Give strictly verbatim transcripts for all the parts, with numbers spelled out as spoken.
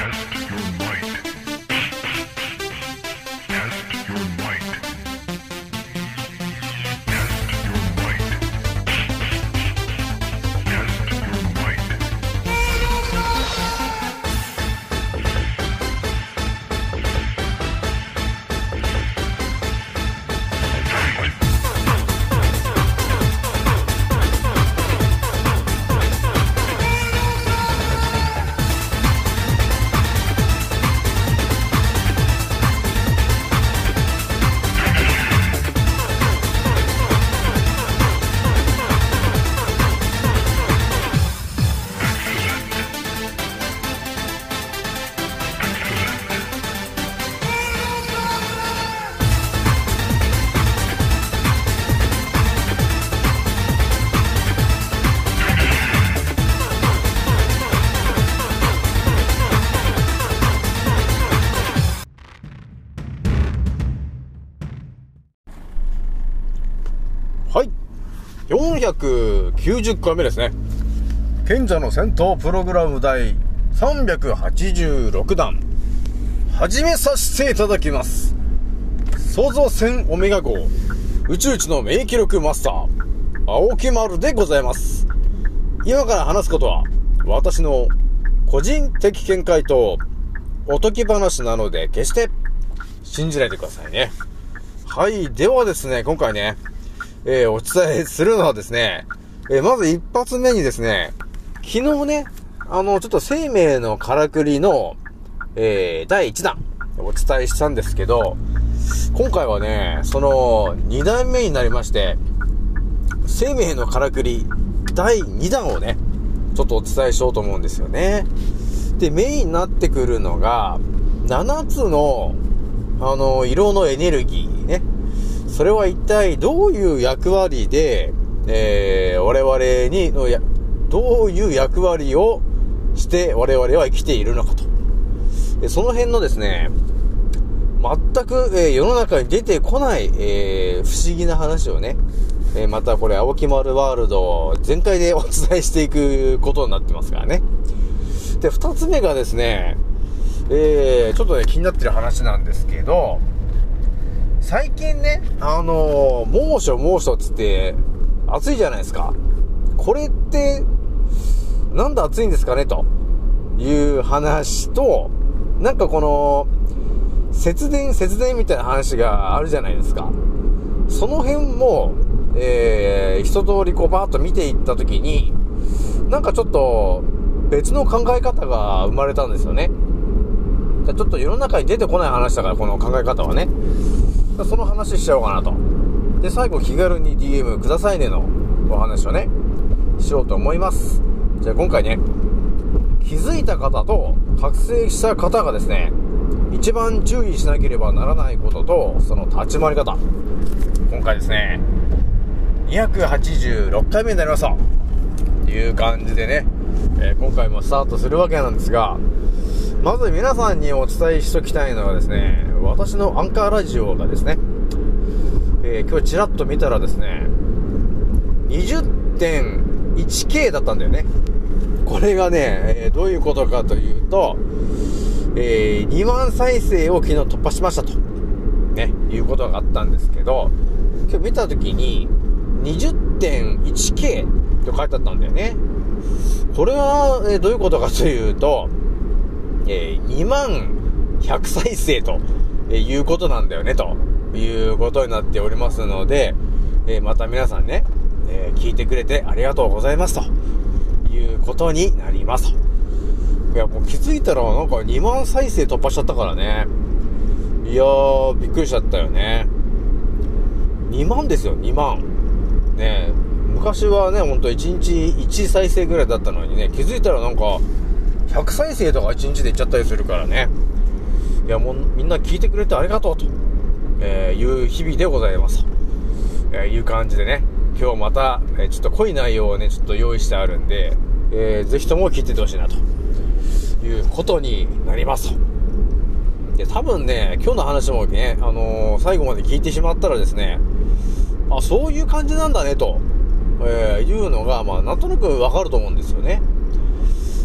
よんひゃくきゅうじゅっかいめですね。賢者の戦闘プログラム第さんびゃくはちじゅうろくだん始めさせていただきます。創造船オメガ号宇宙一の名記録マスター青木丸でございます。今から話すことは私の個人的見解とおとぎ話なので決して信じないでくださいね。はい、ではですね、今回ねえー、お伝えするのはですね、えー、まず一発目にですね、昨日ね、あの、ちょっと生命のからくりの、えー、だいいちだんお伝えしたんですけど、今回はね、そのにだんめになりまして、生命のからくりだいにだんをね、ちょっとお伝えしようと思うんですよね。で、メインになってくるのが、ななつの、あの、色のエネルギーね。それは一体どういう役割で、えー、我々にのや、どういう役割をして我々は生きているのかと。でその辺のですね、全く、えー、世の中に出てこない、えー、不思議な話をね、えー、またこれ青木丸ワールド全開でお伝えしていくことになってますからね。で、二つ目がですね、えー、ちょっとね気になってる話なんですけど、最近ね、あのー、猛暑猛暑つって暑いじゃないですか。これってなんで暑いんですかねという話と、なんかこの節電節電みたいな話があるじゃないですか。その辺も、えー、一通りこうバーッと見ていったときに、なんかちょっと別の考え方が生まれたんですよね。ちょっと世の中に出てこない話だから、この考え方はね。その話しちゃおうかなと。で、最後気軽に ディーエム くださいねのお話をねしようと思います。じゃあ今回ね、気づいた方と覚醒した方がですね、一番注意しなければならないこととその立ち回り方、今回ですねにひゃくはちじゅうろっかいめになりましたという感じでね、えー、今回もスタートするわけなんですが、まず皆さんにお伝えしときたいのはですね、私のアンカーラジオがですね、えー、今日ちらっと見たらですね にじゅってんいちケー だったんだよね。これがね、えー、どういうことかというと、えー、にまんさいせいを昨日突破しましたとね、いうことがあったんですけど、今日見たときに にじゅってんいちケー と書いてあったんだよね。これは、えー、どういうことかというと、えー、にまんひゃくさいせいということなんだよねということになっておりますので、えー、また皆さんね、えー、聞いてくれてありがとうございますということになりますと。いや、もう気づいたらなんかにまんさいせい突破しちゃったからね。いやー、びっくりしちゃったよね。にまんですよ、にまんね。昔はね、ほんといちにちいちさいせいぐらいだったのにね、気づいたらなんかひゃくさいせいとかいちにちでいっちゃったりするからね。いや、もうみんな聞いてくれてありがとうと、えー、いう日々でございますと、えー、いう感じでね、今日また、えー、ちょっと濃い内容をねちょっと用意してあるんで、えー、ぜひとも聞いててほしいなということになりますと。で、多分ね、今日の話もね、あのー、最後まで聞いてしまったらですね、あ、そういう感じなんだねと、えー、いうのがまあなんとなくわかると思うんですよね。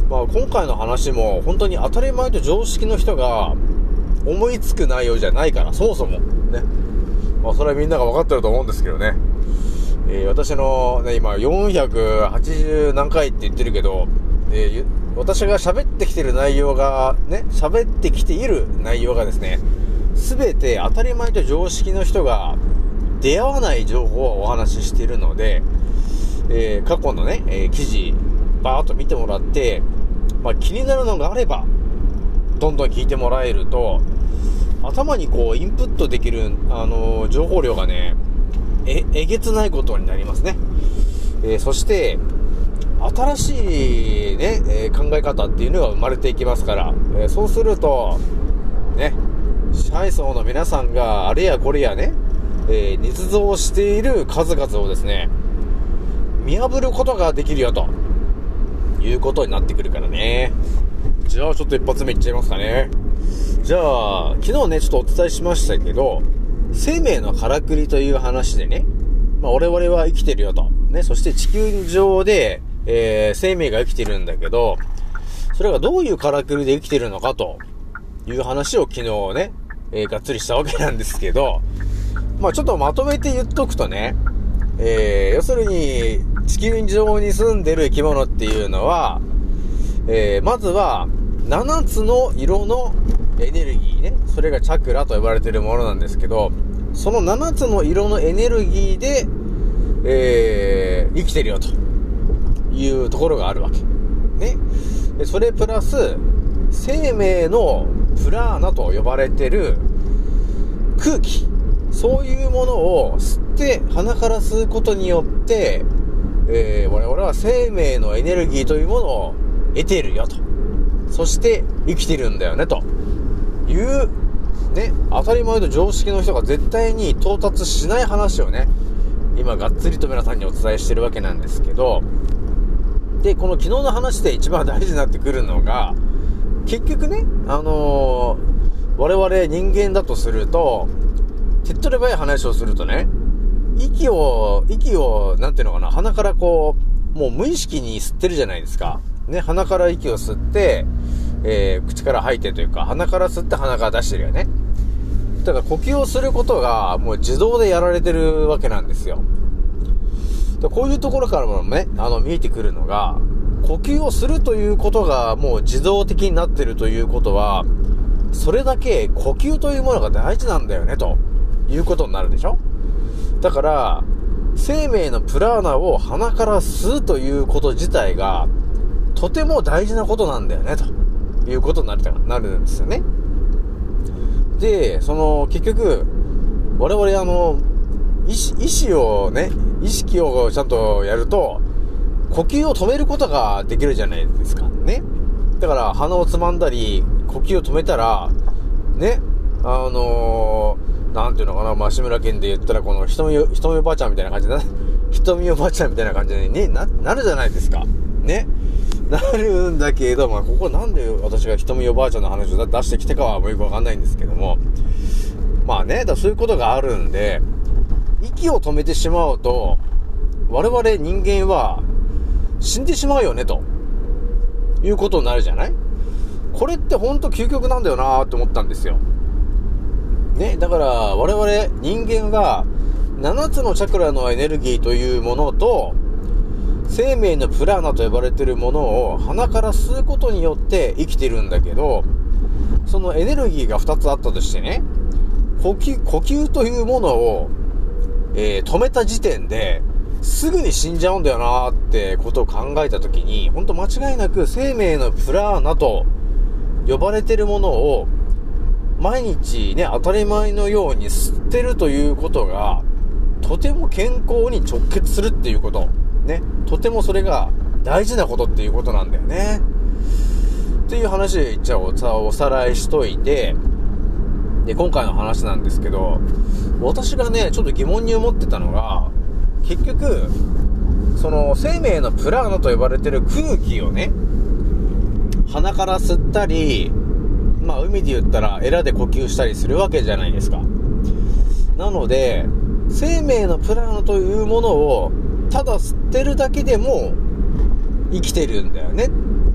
まあ今回の話も本当に当たり前と常識の人が思いつく内容じゃないから、そもそもね。まあそれはみんなが分かってると思うんですけどね。えー、私のね、今よんひゃくはちじゅう何回って言ってるけど、えー、私が喋ってきてる内容がね、喋ってきている内容がですね、すべて当たり前と常識の人が出会わない情報をお話ししているので、えー、過去のね、えー、記事バーっと見てもらって、まあ、気になるのがあればどんどん聞いてもらえると、頭にこうインプットできる、あのー、情報量がね、ええげつないことになりますね。えー、そして新しいね、えー、考え方っていうのが生まれていきますから、えー、そうするとね、支配層の皆さんがあれやこれやね、えー、捏造している数々をですね、見破ることができるよということになってくるからね。じゃあちょっと一発目いっちゃいますかね。じゃあ昨日ねちょっとお伝えしましたけど、生命のからくりという話でね、まあ我々は生きてるよとね、そして地球上で、えー、生命が生きてるんだけど、それがどういうからくりで生きてるのかという話を昨日ね、えー、がっつりしたわけなんですけど、まあちょっとまとめて言っとくとね、えー、要するに地球上に住んでる生き物っていうのは、えー、まずはななつの色のエネルギーね、それがチャクラと呼ばれているものなんですけど、そのななつの色のエネルギーで、えー、生きてるよというところがあるわけね。それプラス生命のプラーナと呼ばれている空気、そういうものを吸って鼻から吸うことによって、えー、我々は生命のエネルギーというものを得ているよと、そして生きてるんだよねというね、当たり前と常識の人が絶対に到達しない話をね、今がっつりと皆さんにお伝えしてるわけなんですけど、でこの昨日の話で一番大事になってくるのが、結局ね、あのー、我々人間だとすると、手っ取り早い話をするとね、息を息をなんていうのかな、鼻からこうもう無意識に吸ってるじゃないですかね。鼻から息を吸って、えー、口から吐いてというか、鼻から吸って鼻から出してるよね。だから呼吸をすることがもう自動でやられてるわけなんですよ。だこういうところからもね、あの見えてくるのが、呼吸をするということがもう自動的になってるということは、それだけ呼吸というものが大事なんだよねということになるでしょ。だから生命のプラーナを鼻から吸うということ自体がとても大事なことなんだよねということになるなるんですよね。で、その結局我々あの意識、意識をね、意識をちゃんとやると呼吸を止めることができるじゃないですかね。だから鼻をつまんだり呼吸を止めたらね、あのー、なんていうのかな、まあ、志村けんで言ったらこの瞳瞳おばあちゃんみたいな感じでね、瞳おばあちゃんみたいな感じでね、な、なるじゃないですかね。なるんだけど、まあここなんで私が瞳おばあちゃんの話を出してきたかはもうよくわかんないんですけども、まあね、だそういうことがあるんで、息を止めてしまうと我々人間は死んでしまうよねということになるじゃない。これってほんと究極なんだよなーって思ったんですよね。だから我々人間はななつのチャクラのエネルギーというものと生命のプラーナと呼ばれているものを鼻から吸うことによって生きてるんだけど、そのエネルギーがふたつあったとしてね、呼吸、呼吸というものを、えー、止めた時点ですぐに死んじゃうんだよなーってことを考えたときに、ほんと間違いなく生命のプラーナと呼ばれているものを毎日ね、当たり前のように吸ってるということがとても健康に直結するっていうことね、とてもそれが大事なことっていうことなんだよねっていう話でじゃあ お, おさらいしといて、で今回の話なんですけど、私がねちょっと疑問に思ってたのが、結局その生命のプラーナと呼ばれてる空気をね、鼻から吸ったり、まあ海で言ったらエラで呼吸したりするわけじゃないですか。なので生命のプラーナというものをただ吸ってるだけでも生きてるんだよねっ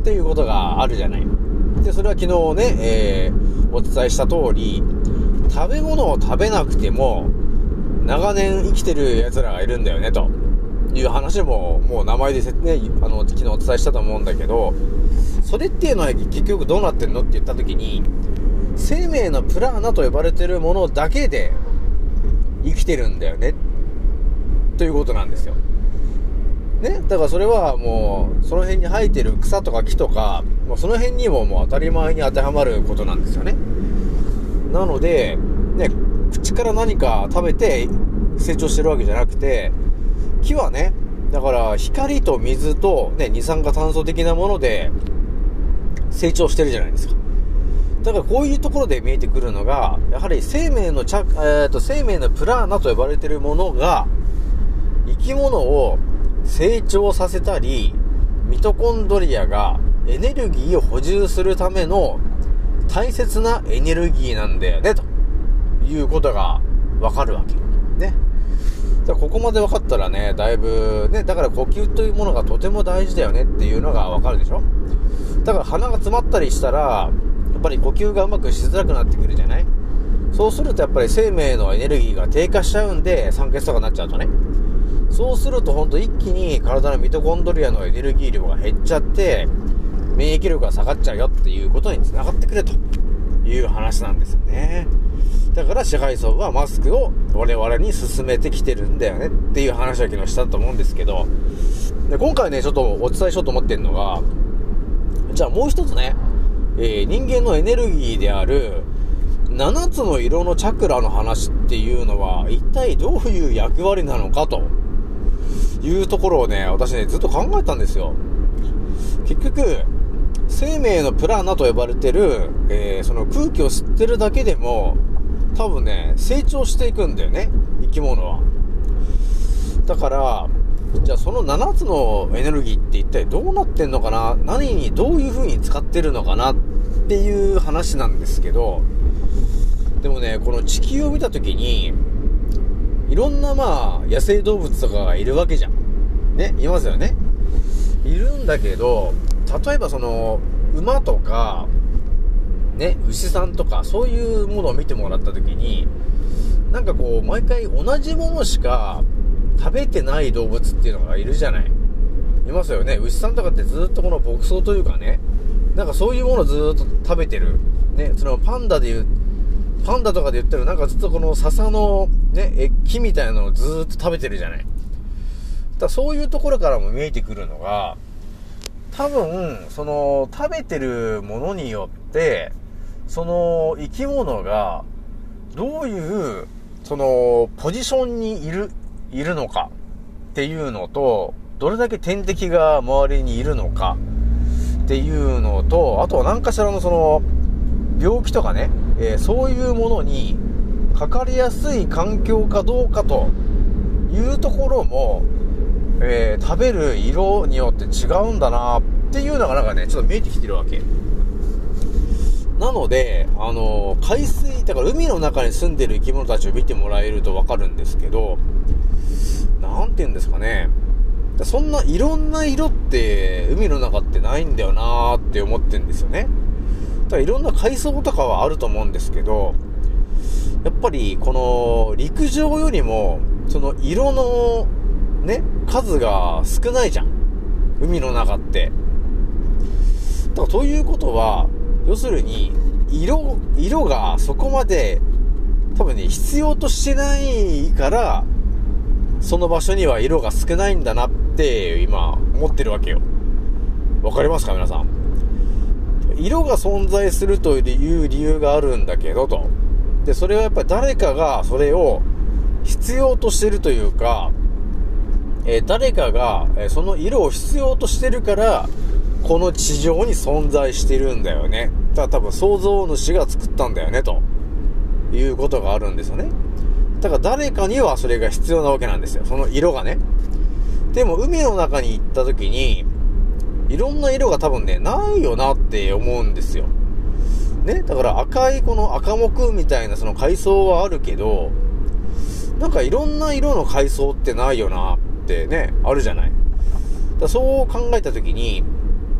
っていうことがあるじゃない。で、それは昨日ね、えー、お伝えした通り、食べ物を食べなくても長年生きてる奴らがいるんだよねという話ももう名前でね、あの昨日お伝えしたと思うんだけど、それっていうのは結局どうなってんのって言った時に、生命のプラーナと呼ばれてるものだけで生きてるんだよねということなんですよね。だからそれはもうその辺に生えてる草とか木とか、もうその辺にももう当たり前に当てはまることなんですよね。なのでね、口から何か食べて成長してるわけじゃなくて、木はね、だから光と水と、ね、二酸化炭素的なもので成長してるじゃないですか。だからこういうところで見えてくるのが、やはり生命のちゃ、えーと、生命のプラーナと呼ばれているものが生き物を成長させたり、ミトコンドリアがエネルギーを補充するための大切なエネルギーなんだよねということがわかるわけね。だからここまで分かったらね、だいぶね、だから呼吸というものがとても大事だよねっていうのがわかるでしょ。だから鼻が詰まったりしたらやっぱり呼吸がうまくしづらくなってくるじゃない。そうするとやっぱり生命のエネルギーが低下しちゃうんで、酸欠とかになっちゃうとね、そうするとほんと一気に体のミトコンドリアのエネルギー量が減っちゃって免疫力が下がっちゃうよっていうことにつながってくるという話なんですよね。だから支配層はマスクを我々に勧めてきてるんだよねっていう話を昨日したと思うんですけど、で今回ねちょっとお伝えしようと思ってるのが、じゃあもう一つね、えー、人間のエネルギーであるななつの色のチャクラの話っていうのは一体どういう役割なのかというところをね、私ねずっと考えたんですよ。結局生命のプラーナと呼ばれてる、えー、その空気を吸ってるだけでも多分ね成長していくんだよね、生き物は。だからじゃあそのななつのエネルギーって一体どうなってんのかな、何にどういう風に使ってるのかなっていう話なんですけど、でもねこの地球を見た時にいろんなまあ野生動物とかがいるわけじゃんね、いますよね、いるんだけど、例えばその馬とかね、牛さんとかそういうものを見てもらった時に、なんかこう毎回同じものしか食べてない動物っていうのがいるじゃない。いますよね。牛さんとかってずっとこの牧草というかね、なんかそういうものをずっと食べてるね。そのパンダでいうパンダとかで言ったらなんかずっとこの笹のね木みたいなのをずっと食べてるじゃない。だからそういうところからも見えてくるのが、多分その食べてるものによってその生き物がどういうそのポジションにいるいるのかっていうのと、どれだけ天敵が周りにいるのかっていうのと、あとは何かしらのその病気とかね、えー、そういうものにかかりやすい環境かどうかというところも、えー、食べる色によって違うんだなっていうのがなんかねちょっと見えてきてるわけなので、あのー、海水だから海の中に住んでる生き物たちを見てもらえるとわかるんですけど、なんて言うんですかね、そんないろんな色って海の中ってないんだよなーって思ってるんですよね。だからいろんな海藻とかはあると思うんですけど、やっぱりこの陸上よりもその色のね数が少ないじゃん、海の中って。だからということは要するに色色がそこまで多分ね必要としてないから、その場所には色が少ないんだなって今思ってるわけよ。わかりますか皆さん。色が存在するという理由があるんだけどと。でそれはやっぱり誰かがそれを必要としてるというか、えー、誰かが、えー、その色を必要としてるからこの地上に存在してるんだよね。だから多分創造主が作ったんだよねということがあるんですよね。だから誰かにはそれが必要なわけなんですよ、その色がね。でも海の中に行った時にいろんな色が多分ねないよなって思うんですよね。だから赤いこの赤木みたいなその海藻はあるけど、なんかいろんな色の海藻ってないよなってねあるじゃない。だからそう考えた時に、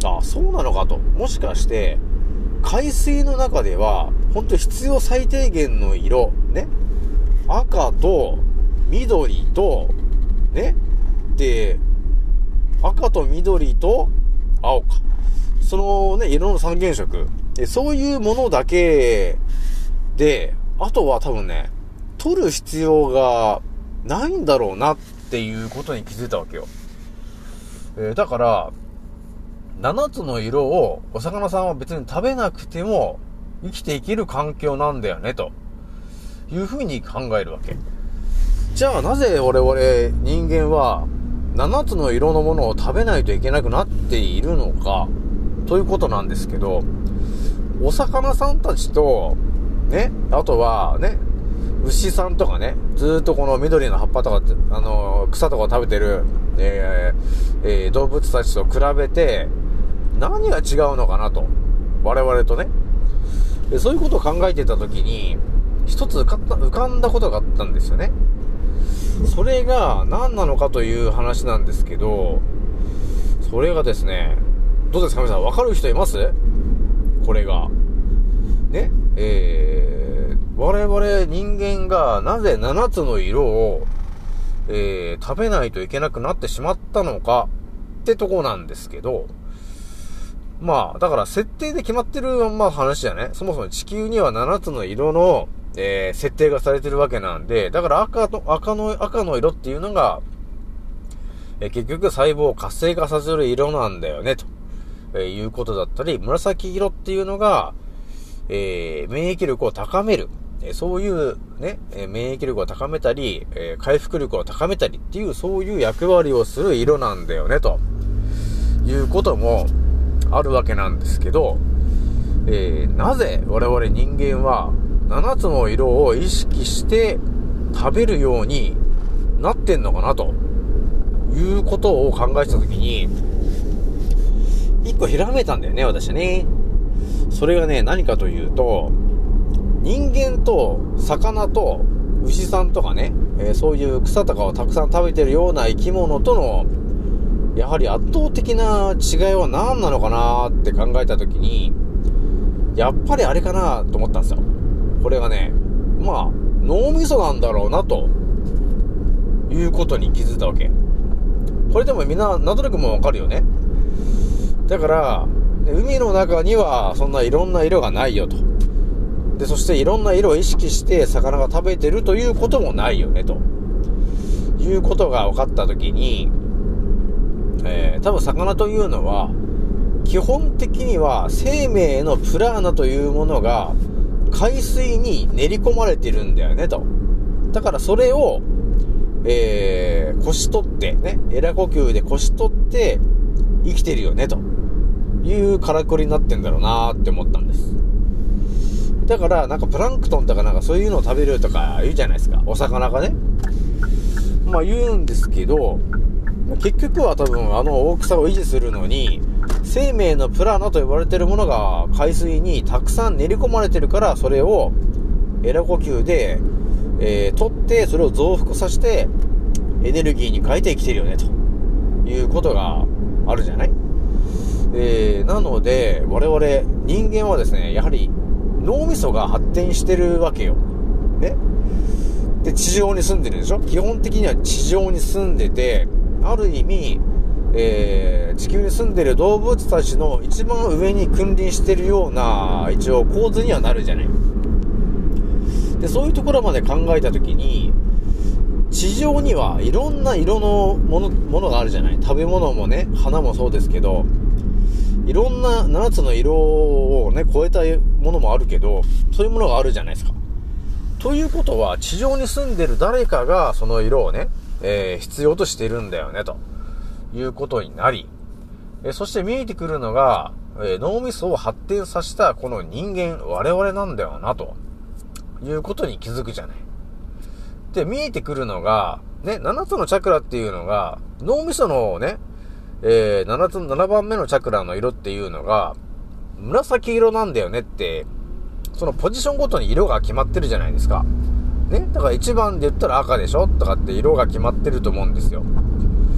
あ、そうなのかと。もしかして、海水の中では、本当必要最低限の色、ね。赤と緑と、ね。で、赤と緑と青か。そのね、色の三原色。で、そういうものだけで、あとは多分ね、取る必要がないんだろうなっていうことに気づいたわけよ。えー、だから、ななつの色をお魚さんは別に食べなくても生きていける環境なんだよね、というふうに考えるわけ。じゃあなぜ我々人間はななつの色のものを食べないといけなくなっているのかということなんですけど、お魚さんたちとね、あとはね、牛さんとかね、ずーっとこの緑の葉っぱとか、あのー、草とかを食べてる、えーえー、動物たちと比べて何が違うのかなと、我々とね。でそういうことを考えてた時に一つ浮かった、浮かんだことがあったんですよね。それが何なのかという話なんですけど、それがですね、どうですか皆さん、わかる人います？これがね、えー、我々人間がなぜななつの色を、えー、食べないといけなくなってしまったのかってとこなんですけど、まあだから設定で決まってるまあ話じゃね。そもそも地球にはななつの色の、えー、設定がされてるわけなんで、だから赤と赤の赤の色っていうのが、えー、結局細胞を活性化させる色なんだよねと、えー、いうことだったり、紫色っていうのが、えー、免疫力を高める、えー、そういうね、えー、免疫力を高めたり、えー、回復力を高めたりっていうそういう役割をする色なんだよねということもあるわけなんですけど、えー、なぜ我々人間はななつの色を意識して食べるようになってんのかなということを考えてたときに一個ひらめいたんだよね、私はね。それがね、何かというと、人間と魚と牛さんとかね、えー、そういう草とかをたくさん食べてるような生き物とのやはり圧倒的な違いは何なのかなって考えたときに、やっぱりあれかなと思ったんですよ。これがね、まあ脳みそなんだろうなということに気づいたわけ。これでもみんななんとなくもわかるよね。だから海の中にはそんないろんな色がないよと。で、そしていろんな色を意識して魚が食べてるということもないよねということが分かったときに、えー、多分魚というのは基本的には生命のプラーナというものが海水に練り込まれてるんだよねと。だからそれを、えー、こし取ってね、エラ呼吸でこし取って生きてるよねというからくりになってんだろうなーって思ったんです。だからなんかプランクトンとかなんかそういうのを食べるとか言うじゃないですか、お魚がね。まあ言うんですけど、結局は多分あの大きさを維持するのに生命のプラーナと呼ばれているものが海水にたくさん練り込まれてるから、それをエラ呼吸で、えー、取ってそれを増幅させてエネルギーに変えて生きてるよねということがあるじゃない。えー、なので我々人間はですね、やはり脳みそが発展してるわけよね。で地上に住んでるでしょ。基本的には地上に住んでて、ある意味、えー、地球に住んでる動物たちの一番上に君臨してるような一応構図にはなるじゃない。でそういうところまで考えたときに、地上にはいろんな色のもの、ものがあるじゃない。食べ物もね、花もそうですけど、いろんなななつの色をね超えたものもあるけど、そういうものがあるじゃないですか。ということは地上に住んでる誰かがその色をね、えー、必要としてるんだよねということになり、えー、そして見えてくるのが、えー、脳みそを発展させたこの人間我々なんだよなということに気づくじゃない。で見えてくるのがね、ななつのチャクラっていうのが脳みそのね、えー、ななつのななばんめのチャクラの色っていうのが紫色なんだよねって、そのポジションごとに色が決まってるじゃないですかね。だからいちばんで言ったら赤でしょとかって色が決まってると思うんですよ。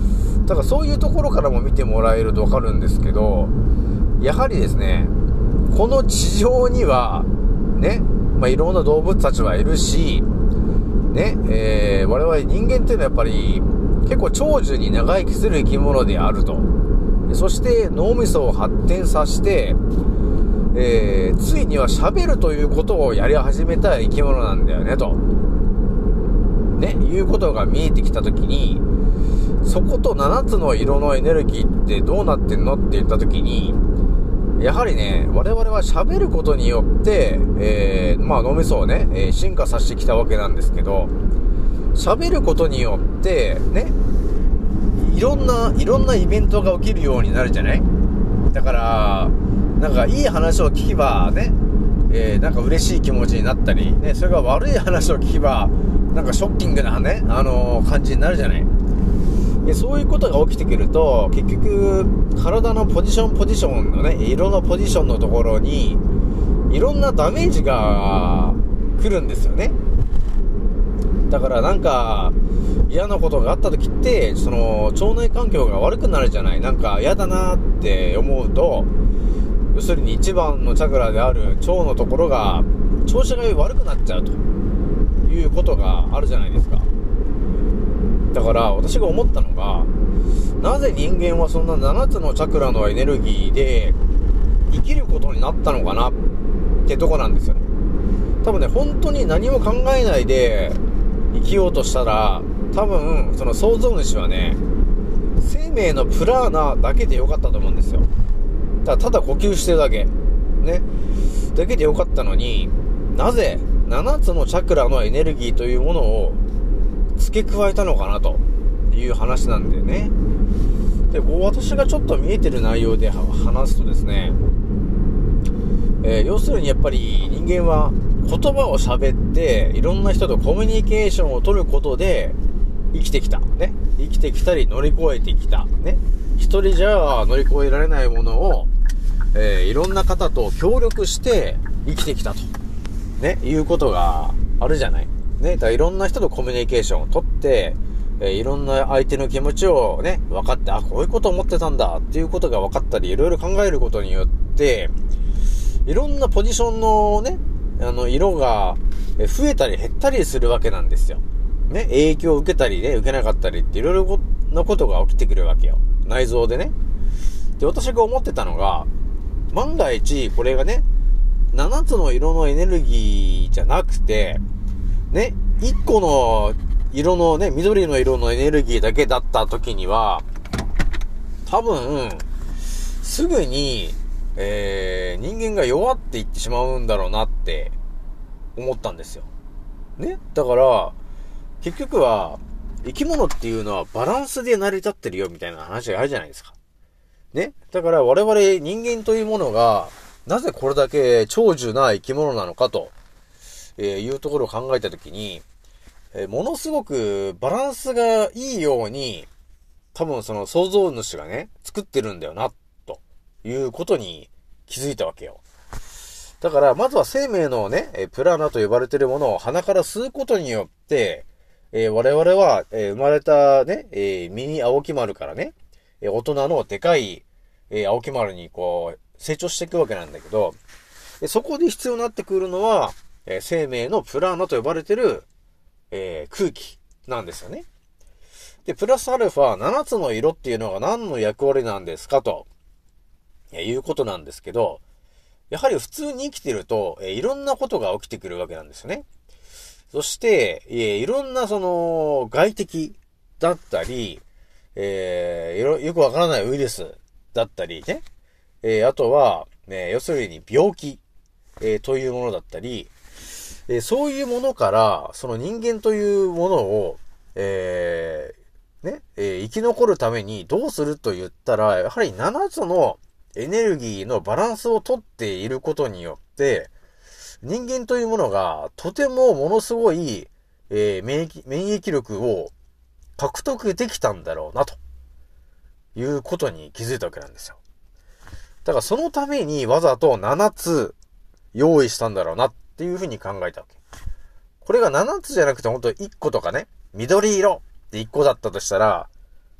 だからそういうところからも見てもらえるとわかるんですけど、やはりですね、この地上にはね、まあ、いろんな動物たちはいるしね、えー、我々人間っていうのはやっぱり結構長寿に長生きする生き物であると。そして脳みそを発展させて、えー、ついには喋るということをやり始めた生き物なんだよねとね、いうことが見えてきたときに、そことななつの色のエネルギーってどうなってんのって言ったときに、やはりね、我々は喋ることによって、えー、まあ脳みそをね、えー、進化させてきたわけなんですけど、喋ることによってね、いろんないろんなイベントが起きるようになるじゃない。だからなんかいい話を聞けばね、えー、なんか嬉しい気持ちになったりね、それが悪い話を聞けばなんかショッキングなね、あのー、感じになるじゃない。でそういうことが起きてくると、結局体のポジションポジションのね、色のポジションのところにいろんなダメージが来るんですよね。だからなんか嫌なことがあった時って、その腸内環境が悪くなるじゃない。なんか嫌だなって思うと、要するに一番のチャクラである腸のところが調子が悪くなっちゃうということがあるじゃないですか。だから私が思ったのが、なぜ人間はそんなななつのチャクラのエネルギーで生きることになったのかなってとこなんですよね。多分ね、本当に何も考えないで生きようとしたら、多分その創造主はね、生命のプラーナだけでよかったと思うんですよ。ただただ呼吸してるだけね、だけでよかったのに、なぜななつのチャクラのエネルギーというものを付け加えたのかなという話なんだよね。で、こう私がちょっと見えてる内容で話すとですね、えー、要するにやっぱり人間は言葉を喋っていろんな人とコミュニケーションを取ることで生きてきたね。生きてきたり乗り越えてきたね。一人じゃ乗り越えられないものを、えー、いろんな方と協力して生きてきたとね、いうことがあるじゃないね。だからいろんな人とコミュニケーションを取って、えー、いろんな相手の気持ちをね分かって、あ、こういうことを思ってたんだっていうことが分かったり、いろいろ考えることによっていろんなポジションのね、あの色が増えたり減ったりするわけなんですよね。影響を受けたりね、受けなかったりっていろいろなことが起きてくるわけよ、内臓でね。で、私が思ってたのが、万が一これがねななつの色のエネルギーじゃなくてね、いっこの色のね、緑の色のエネルギーだけだった時には、多分すぐに、えー、人間が弱っていってしまうんだろうなって思ったんですよね。だから結局は生き物っていうのはバランスで成り立ってるよみたいな話があるじゃないですかね。だから我々人間というものがなぜこれだけ長寿な生き物なのかと、えー、いうところを考えたときに、えー、ものすごくバランスがいいように多分その創造主がね作ってるんだよなということに気づいたわけよ。だからまずは生命のね、えー、プラーナと呼ばれているものを鼻から吸うことによって、えー、我々は、えー、生まれたね、えー、ミニ青木丸からね、えー、大人のでかい、えー、青木丸にこう成長していくわけなんだけど、そこで必要になってくるのは、えー、生命のプラーナと呼ばれている、えー、空気なんですよね。で、プラスアルファななつの色っていうのが何の役割なんですかと、えー、いうことなんですけど、やはり普通に生きてると、えー、いろんなことが起きてくるわけなんですよね。そして、えー、いろんなその外敵だったり、えー、よ, よくわからないウイルスだったりね、えー、あとは、ね、要するに病気、えー、というものだったり、えー、そういうものからその人間というものを、えーねえー、生き残るためにどうすると言ったら、やはりななつのエネルギーのバランスをとっていることによって人間というものがとてもものすごい、えー、免疫、免疫力を獲得できたんだろうなということに気づいたわけなんですよ。だからそのためにわざとななつ用意したんだろうなっていうふうに考えたわけ。これがななつじゃなくて本当いっことかね、緑色っていっこだったとしたら、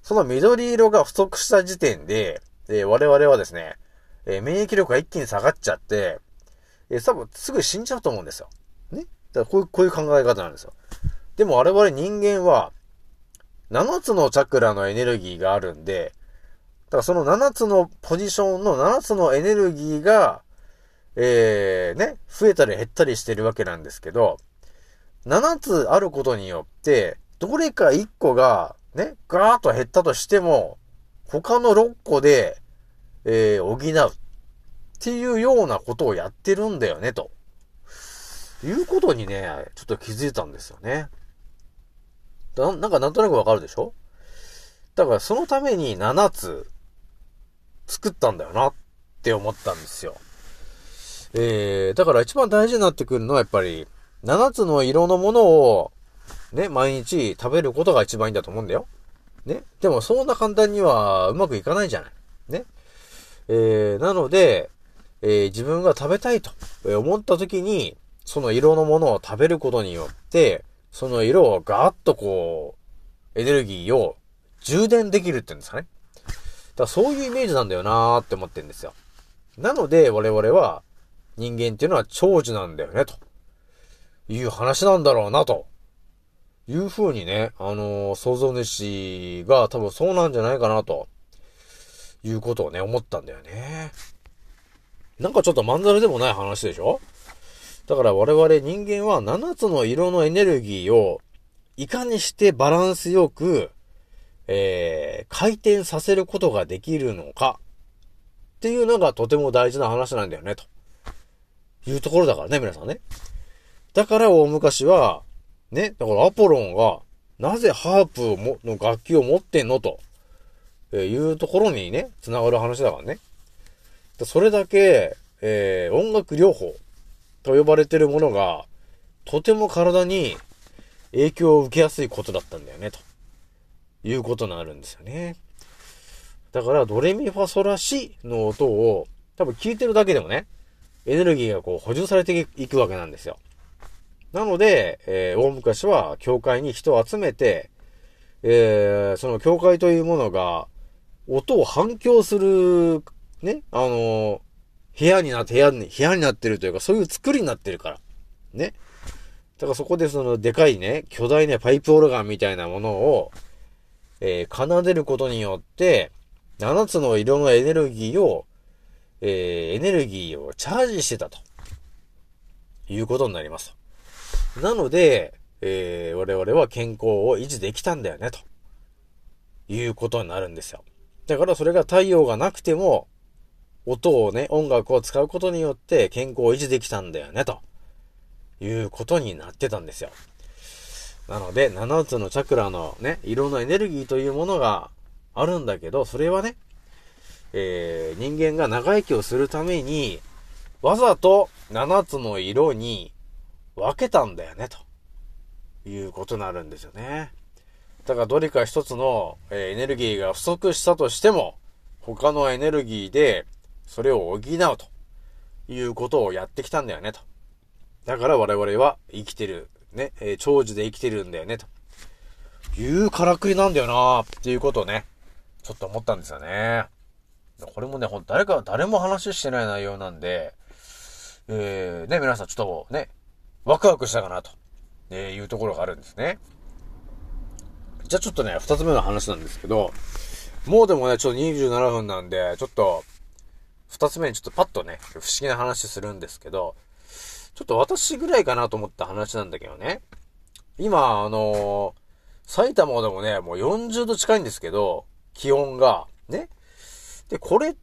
その緑色が不足した時点で、えー、我々はですね、えー、免疫力が一気に下がっちゃって、えー、多分すぐ死んじゃうと思うんですよ。ね。だからこういう、こういう考え方なんですよ。でも我々人間は、ななつのチャクラのエネルギーがあるんで、だからそのななつのポジションのななつのエネルギーが、えー、ね、増えたり減ったりしてるわけなんですけど、ななつあることによって、どれかいっこが、ね、ガーッと減ったとしても、他のろっこで、えー、補うっていうようなことをやってるんだよね、ということにね、ちょっと気づいたんですよね。な、なんかなんとなくわかるでしょ？だからそのためにななつ作ったんだよなって思ったんですよ。えー、だから一番大事になってくるのはやっぱりななつの色のものをね、毎日食べることが一番いいんだと思うんだよ。ね。でもそんな簡単にはうまくいかないじゃない。ね。えー、なので、えー、自分が食べたいと思った時に、その色のものを食べることによって、その色をガーッとこう、エネルギーを充電できるって言うんですかね。だからそういうイメージなんだよなーって思ってるんですよ。なので我々は人間っていうのは長寿なんだよね、という話なんだろうな、というふうにね、あのー、創造主が多分そうなんじゃないかな、ということをね、思ったんだよね。なんかちょっとまんざらでもない話でしょ？だから我々人間はななつの色のエネルギーをいかにしてバランスよく、えー、回転させることができるのかっていうのがとても大事な話なんだよね、というところだからね、皆さんね。だから大昔は、ね、だからアポロンがなぜハープをもの楽器を持ってんのというところにね、つながる話だからね。それだけ、えー、音楽療法と呼ばれてるものがとても体に影響を受けやすいことだったんだよね、ということになるんですよね。だからドレミファソラシの音を多分聞いてるだけでもね、エネルギーがこう補充されていくわけなんですよ。なので、えー、大昔は教会に人を集めて、えー、その教会というものが音を反響するね、あのー、部屋になって、部屋に、部屋になってるというか、そういう作りになってるから。ね。だからそこでそのでかいね、巨大なパイプオルガンみたいなものを、えー、奏でることによって、ななつの色のエネルギーを、えー、エネルギーをチャージしてたと。いうことになります。なので、えー、我々は健康を維持できたんだよね、ということになるんですよ。だからそれが太陽がなくても、音をね、音楽を使うことによって健康を維持できたんだよね、ということになってたんですよ。なので、ななつのチャクラのね、色のエネルギーというものがあるんだけど、それはね、えー、人間が長生きをするために、わざとななつの色に分けたんだよね、ということになるんですよね。だからどれか一つの、えー、エネルギーが不足したとしても、他のエネルギーでそれを補うということをやってきたんだよね、と。だから我々は生きてる、ね、えー、長寿で生きてるんだよね、というからくりなんだよなっていうことをね、ちょっと思ったんですよね。これもね、ほんと誰か、誰も話してない内容なんで、えー、ね、皆さんちょっとね、ワクワクしたかなと、えー、いうところがあるんですね。じゃあちょっとね、二つ目の話なんですけど、もうでもね、ちょっとにじゅうななふんなんで、ちょっと、二つ目にちょっとパッとね、不思議な話するんですけど、ちょっと私ぐらいかなと思った話なんだけどね。今、あのー、埼玉でもね、もうよんじゅうど近いんですけど、気温が、ね。で、これって、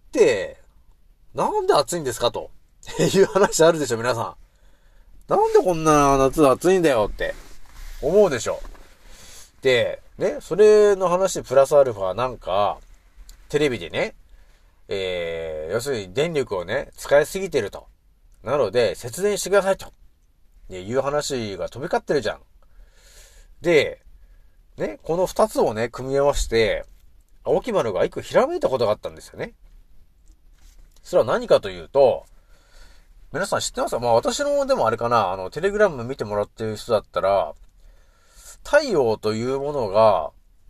なんで暑いんですかという話あるでしょ、皆さん。なんでこんな夏暑いんだよって思うでしょ。で、ね、それの話プラスアルファなんか、テレビでね、えー、要するに電力をね、使いすぎてると。なので、節電してくださいと。いう話が飛び交ってるじゃん。で、ね、この二つをね、組み合わせて、青木丸が一個ひらめいたことがあったんですよね。それは何かというと、皆さん知ってますか？まあ私のでもあれかな、あの、テレグラム見てもらってる人だったら、太陽というものが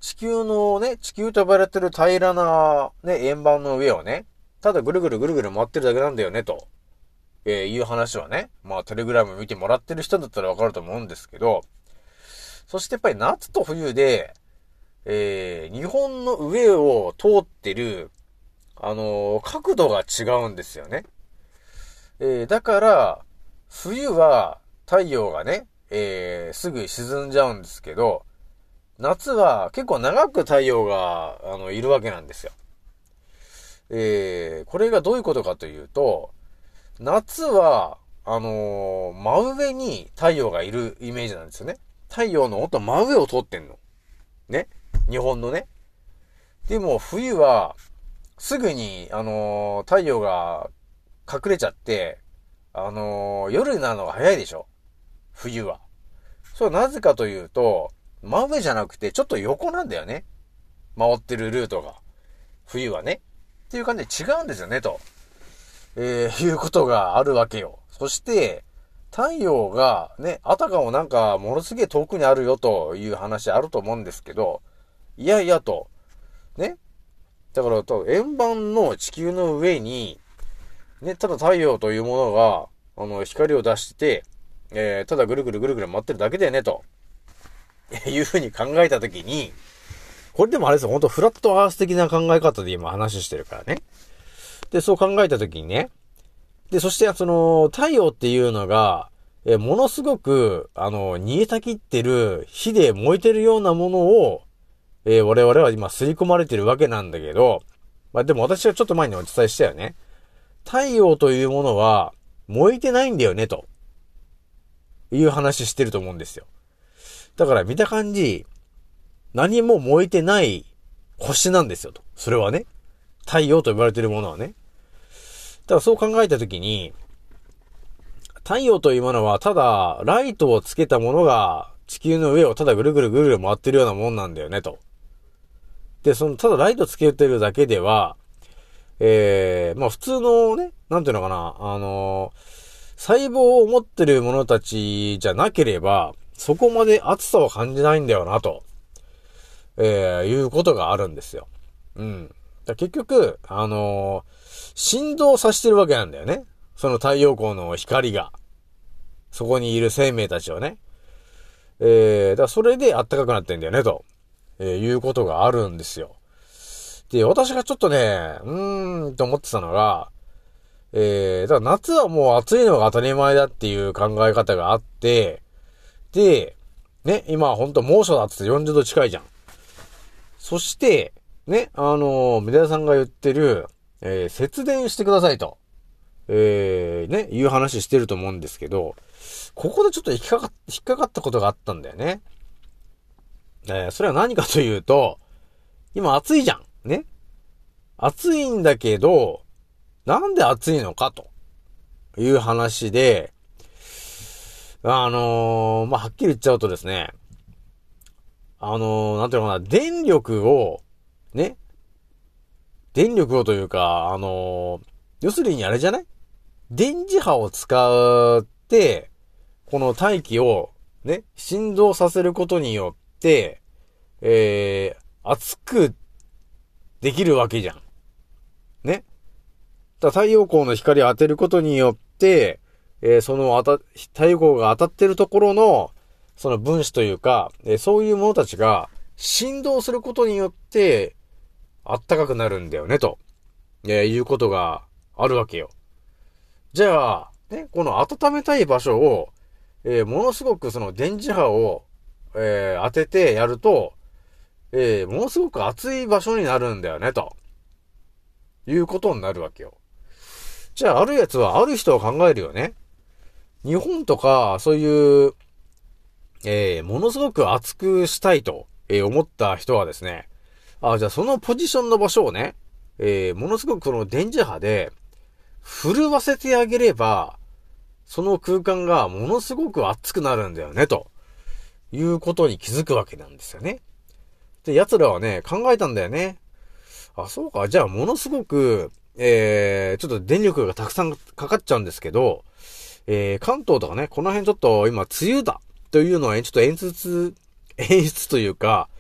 地球のね、地球と呼ばれてる平らなね、円盤の上をね、ただぐるぐるぐるぐる回ってるだけなんだよね、と、えー、いう話はね、まあテレグラム見てもらってる人だったらわかると思うんですけど、そしてやっぱり夏と冬で、えー、日本の上を通ってる、あのー、角度が違うんですよね。えー、だから、冬は太陽がね、えー、すぐ沈んじゃうんですけど、夏は結構長く太陽が、あの、いるわけなんですよ。えー、これがどういうことかというと、夏は、あのー、真上に太陽がいるイメージなんですよね。太陽のほんと真上を通ってんの。ね。日本のね。でも冬は、すぐに、あのー、太陽が隠れちゃって、あのー、夜になるのが早いでしょ。冬は。それはなぜかというと、真上じゃなくてちょっと横なんだよね。回ってるルートが。冬はね。っていう感じで違うんですよね、と。えー、いうことがあるわけよ。そして、太陽がね、あたかもなんかものすげえ遠くにあるよという話あると思うんですけど、いやいやと。ね。だから、円盤の地球の上に、ね、ただ太陽というものが、あの、光を出して、えー、ただぐるぐるぐるぐる回ってるだけだよね、と。いうふうに考えたときに、これでもあれですよ、ほんとフラットアース的な考え方で今話してるからね。で、そう考えたときにね。で、そしてその、太陽っていうのが、えー、ものすごく、あの、煮えたきってる火で燃えてるようなものを、えー、我々は今吸い込まれてるわけなんだけど、まあでも私はちょっと前にお伝えしたよね。太陽というものは燃えてないんだよね、という話してると思うんですよ。だから見た感じ、何も燃えてない星なんですよと。それはね。太陽と呼ばれているものはね。だからそう考えたときに、太陽というものはただライトをつけたものが地球の上をただぐるぐるぐるぐる回ってるようなもんなんだよねと。で、そのただライトつけてるだけでは、えー、まあ普通のね、なんていうのかな、あのー、細胞を持ってる者たちじゃなければ、そこまで熱さを感じないんだよなと、えー、いうことがあるんですよ。うん。だ結局、あのー、振動させてるわけなんだよね。その太陽光の光が。そこにいる生命たちをね。えー、だからそれで暖かくなってんだよね、と、えー、いうことがあるんですよ。で、私がちょっとね、うーんと思ってたのが、えー、だから夏はもう暑いのが当たり前だっていう考え方があって、で、ね、今ほんと猛暑だってよんじゅうど近いじゃん。そして、ね、あのー、メダルさんが言ってる、えー、節電してくださいと、えー、ね、いう話してると思うんですけど、ここでちょっと引っかかっ、引っかかったことがあったんだよね。えー、それは何かというと、今暑いじゃん。ね。暑いんだけど、なんで暑いのかという話で、あのー、まあ、はっきり言っちゃうとですね、あのー、なんていうのかな、電力を、ね、電力をというか、あのー、要するにあれじゃない？電磁波を使って、この大気を、ね、振動させることによって、えー、熱くできるわけじゃん。ね。だ太陽光の光を当てることによって、えー、その当た、太陽光が当たってるところの、その分子というか、えー、そういうものたちが振動することによって、暖かくなるんだよね、と、えー、いうことがあるわけよ。じゃあ、ね、この温めたい場所を、えー、ものすごくその電磁波を、えー、当ててやると、えー、ものすごく暑い場所になるんだよね、ということになるわけよ。じゃあ、あるやつはある人は考えるよね。日本とか、そういう、えー、ものすごく暑くしたいと、えー、思った人はですね、あ、じゃあそのポジションの場所をね、えー、ものすごくこの電磁波で、震わせてあげれば、その空間がものすごく熱くなるんだよね、ということに気づくわけなんですよね。で、奴らはね、考えたんだよね。あ、そうか、じゃあものすごく、えー、ちょっと電力がたくさんかかっちゃうんですけど、えー、関東とかね、この辺ちょっと今、梅雨だというのは、ちょっと演出、演出というか、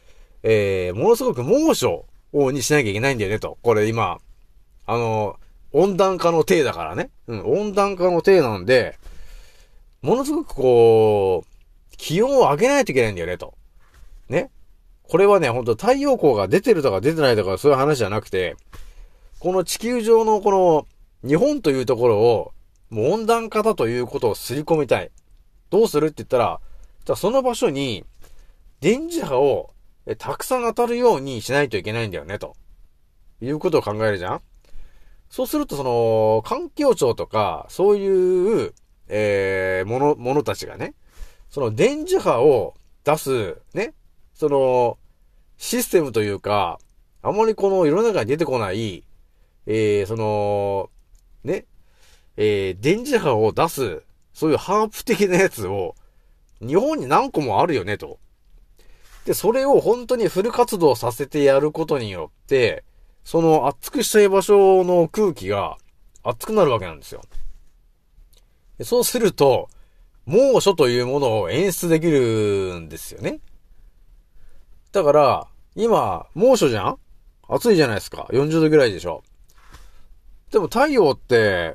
えー、ものすごく猛暑にしなきゃいけないんだよねと。これ今、あの、温暖化の体だからね。うん、温暖化の体なんで、ものすごくこう、気温を上げないといけないんだよねと。ね。これはね、ほんと太陽光が出てるとか出てないとかそういう話じゃなくて、この地球上のこの日本というところをもう温暖化だということを刷り込みたい。どうするって言ったら、じゃあその場所に電磁波をたくさん当たるようにしないといけないんだよねということを考えるじゃん。そうするとその環境庁とかそういう、えー、もの、ものたちがね、その電磁波を出すね、そのシステムというか、あまりこの世の中に出てこない、えー、その、ね、えー、電磁波を出す、そういうハープ的なやつを、日本に何個もあるよね、と。で、それを本当にフル活動させてやることによって、その熱くしたい場所の空気が熱くなるわけなんですよ。でそうすると、猛暑というものを演出できるんですよね。だから、今、猛暑じゃん？暑いじゃないですか。よんじゅうどぐらいでしょ。でも太陽って、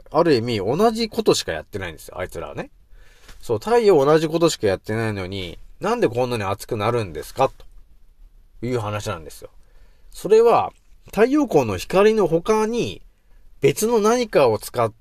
ある意味同じことしかやってないんですよ。あいつらはね。そう、太陽同じことしかやってないのに、なんでこんなに暑くなるんですかという話なんですよ。それは、太陽光の光の他に、別の何かを使って、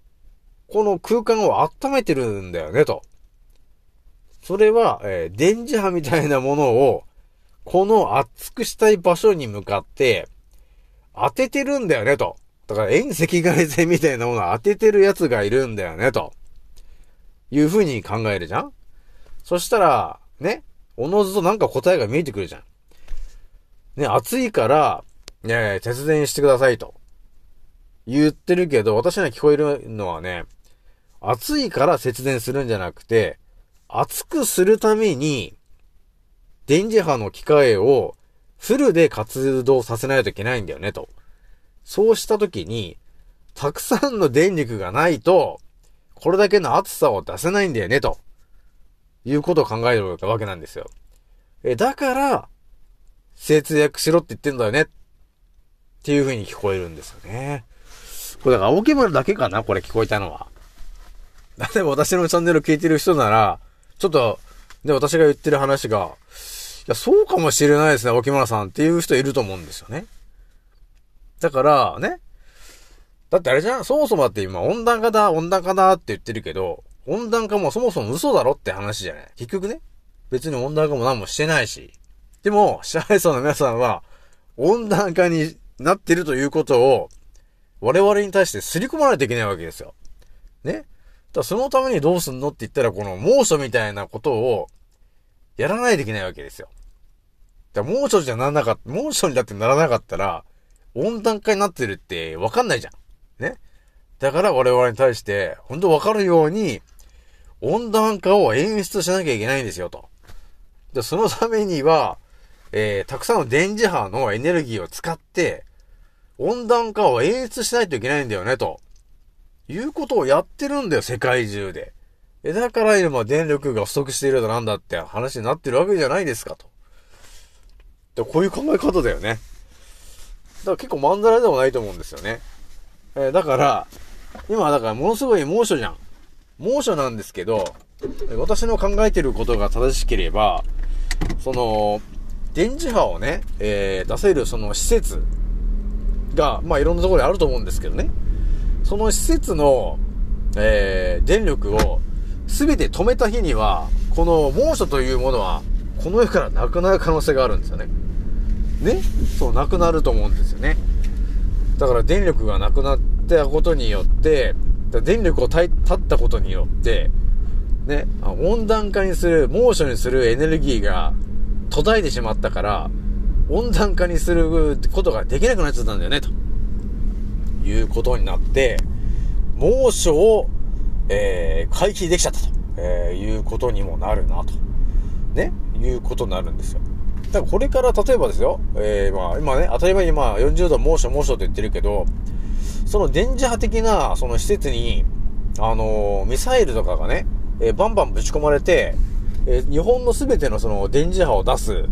この空間を温めてるんだよね、と。それは、えー、電磁波みたいなものを、この熱くしたい場所に向かって、当ててるんだよね、と。だから遠赤外線みたいなものを当ててるやつがいるんだよね、と。いう風に考えるじゃん？そしたら、ね、おのずとなんか答えが見えてくるじゃん。ね、暑いから、ね、節電してくださいと。言ってるけど、私には聞こえるのはね、暑いから節電するんじゃなくて、暑くするために、電磁波の機械をフルで活動させないといけないんだよねと。そうしたときに、たくさんの電力がないと、これだけの暑さを出せないんだよねと。いうことを考えるわけなんですよ。え、だから、節約しろって言ってんだよね。っていう風に聞こえるんですよね。これだから青木丸だけかなこれ聞こえたのは。例えば私のチャンネル聞いてる人なら、ちょっと、で、私が言ってる話が、いや、そうかもしれないですね、青木村さんっていう人いると思うんですよね。だから、ね。だってあれじゃん、そもそもだって今温暖化だ、温暖化だって言ってるけど、温暖化もそもそも嘘だろって話じゃない。結局ね、別に温暖化も何もしてないし。でも、支配層の皆さんは、温暖化になってるということを、我々に対して刷り込まないといけないわけですよ。ね。だからそのためにどうすんのって言ったら、この猛暑みたいなことを、やらないといけないわけですよ。だから猛暑じゃならなかった、猛暑にだってならなかったら、温暖化になってるってわかんないじゃん。ね。だから我々に対して、ほんとわかるように、温暖化を演出しなきゃいけないんですよ、と。で、そのためには、えー、たくさんの電磁波のエネルギーを使って、温暖化を演出しないといけないんだよね、と。いうことをやってるんだよ、世界中で。え、だから今電力が不足しているだなんだって話になってるわけじゃないですか、と。で、こういう考え方だよね。だから結構まんざらでもないと思うんですよね。えー、だから、今だからものすごい猛暑じゃん。猛暑なんですけど、私の考えてることが正しければ、その、電磁波をね、えー、出せるその施設が、まあいろんなところにあると思うんですけどね。その施設の、えー、電力を全て止めた日には、この猛暑というものは、この世からなくなる可能性があるんですよね。ね？そう、なくなると思うんですよね。だから電力がなくなったことによって、電力を断ったことによって、ね、温暖化にする、猛暑にするエネルギーが途絶えてしまったから、温暖化にすることができなくなっちゃったんだよね、ということになって、猛暑を、えー、回避できちゃったと、えー、いうことにもなるな、と。ね、いうことになるんですよ。だからこれから例えばですよ、えー、まあ今ね、当たり前にまあよんじゅうど猛暑猛暑と言ってるけど、その電磁波的なその施設に、あのー、ミサイルとかがね、えー、バンバンぶち込まれて、えー、日本のすべてのその電磁波を出す、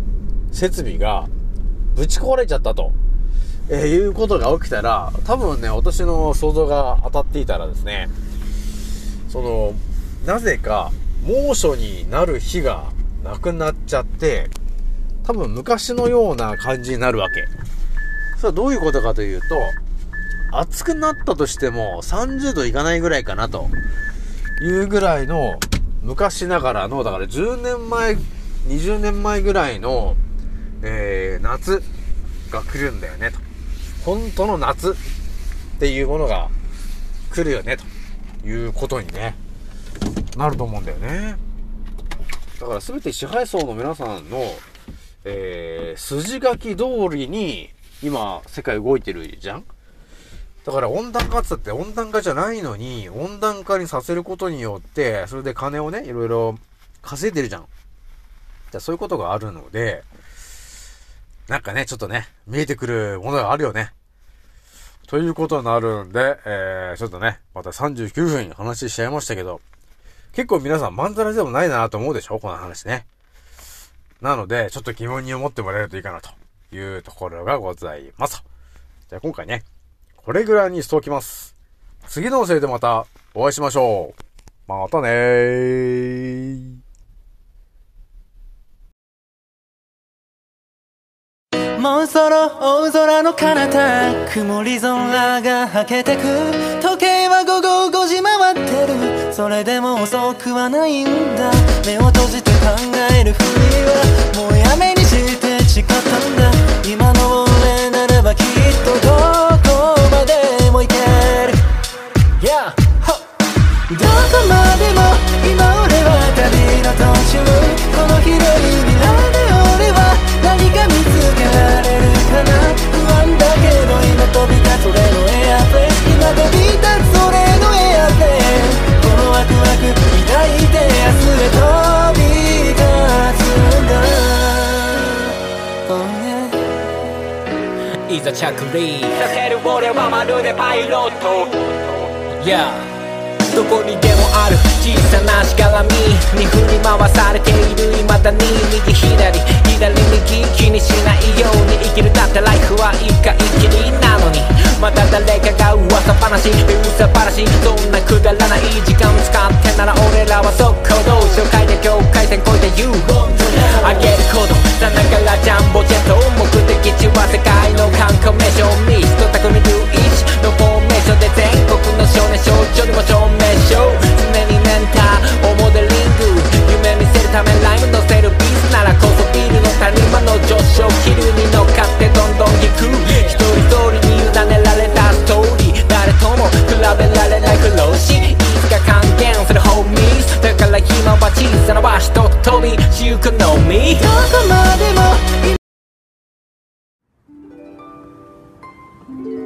設備がぶち壊れちゃったと、えー、いうことが起きたら、多分ね、私の想像が当たっていたらですね、その、なぜか猛暑になる日がなくなっちゃって、多分昔のような感じになるわけ。それはどういうことかというと、暑くなったとしてもさんじゅうどいかないぐらいかなというぐらいの昔ながらの、だからじゅうねんまえ、にじゅうねんまえぐらいの、えー、夏が来るんだよねと。本当の夏っていうものが来るよねということにね、なると思うんだよね。だから全て支配層の皆さんの、えー、筋書き通りに今世界動いてるじゃん。だから温暖化って言って温暖化じゃないのに温暖化にさせることによってそれで金をねいろいろ稼いでるじゃん。じゃあそういうことがあるので、なんかねちょっとね見えてくるものがあるよねということになるんで、えー、ちょっとねまたさんじゅうきゅうふん話しちゃいましたけど、結構皆さんまんざらでもないなと思うでしょこの話ね。なのでちょっと疑問に思ってもらえるといいかなというところがございます。じゃあ今回ねこれぐらいにしておきます。次のせいでまたお会いしましょう。またねー。 もうそろ大空の彼方、曇り空がはけてく。時計は午後ごじ回ってる。それでも遅くはないんだ。目を閉じて考えるふりはもうやめにして誓ったんだ。今の俺ならばきっとどこまでも行ける、yeah、どこまでも今俺は旅の途中。この広い未来で俺は何か見つけられるかな。不安だけど今飛び立つ俺のエアプレイ、今飛び立つ俺のエアプレイ、このワクワク抱いて明日へ飛び立つんだ、oh yeah、いざ着陸させる俺はまるでパイロット、yeah、どこにでもある小さなしがらみに振り回されている未だに右左左右気にしないように生きる。だってライフは一回きりなのにまた誰かが噂話噂話、そんなくだらない時間使ってなら俺らは速攻動紹介で境界線越えて You あげることさながらジャンボジェット、目的地は世界の観光名所、ミスト匠ルイチのフォーメーションで全国の少年少女にも証明常にメンターをモデリング、夢見せるためライム乗せるビースならこそビルの谷間の上昇気流に乗っかってどんどん行く。一人一人に委ねられたストーリー、誰とも比べられない苦労しいつか還元するホーミーズ、だから今は小さな場所と飛びしゆくのみ、どこまでも